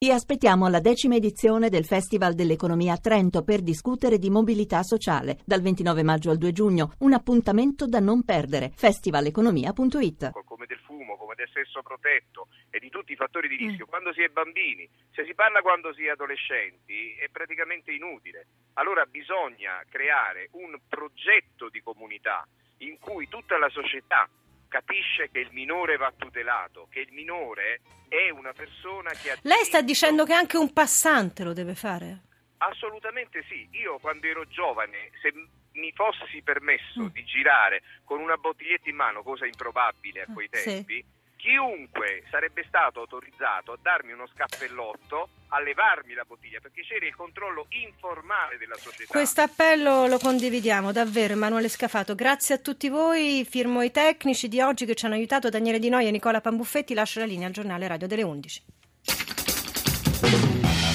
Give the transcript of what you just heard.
Vi aspettiamo alla 10ª edizione del Festival dell'Economia a Trento per discutere di mobilità sociale. Dal 29 maggio al 2 giugno, un appuntamento da non perdere. festivaleconomia.it. Come del fumo, come del sesso protetto e di tutti i fattori di rischio, quando si è bambini, se si parla quando si è adolescenti, è praticamente inutile. Allora bisogna creare un progetto di comunità in cui tutta la società capisce che il minore va tutelato, che il minore è una persona che ha... Lei sta dicendo che anche un passante lo deve fare? Assolutamente sì. Io quando ero giovane, se mi fossi permesso di girare con una bottiglietta in mano, cosa improbabile a quei tempi, chiunque sarebbe stato autorizzato a darmi uno scappellotto, a levarmi la bottiglia, perché c'era il controllo informale della società. Questo appello lo condividiamo davvero, Emanuele Scafato. Grazie a tutti voi, firmo i tecnici di oggi che ci hanno aiutato, Daniele Di Noia e Nicola Pambuffetti. Lascio la linea al giornale radio delle 11.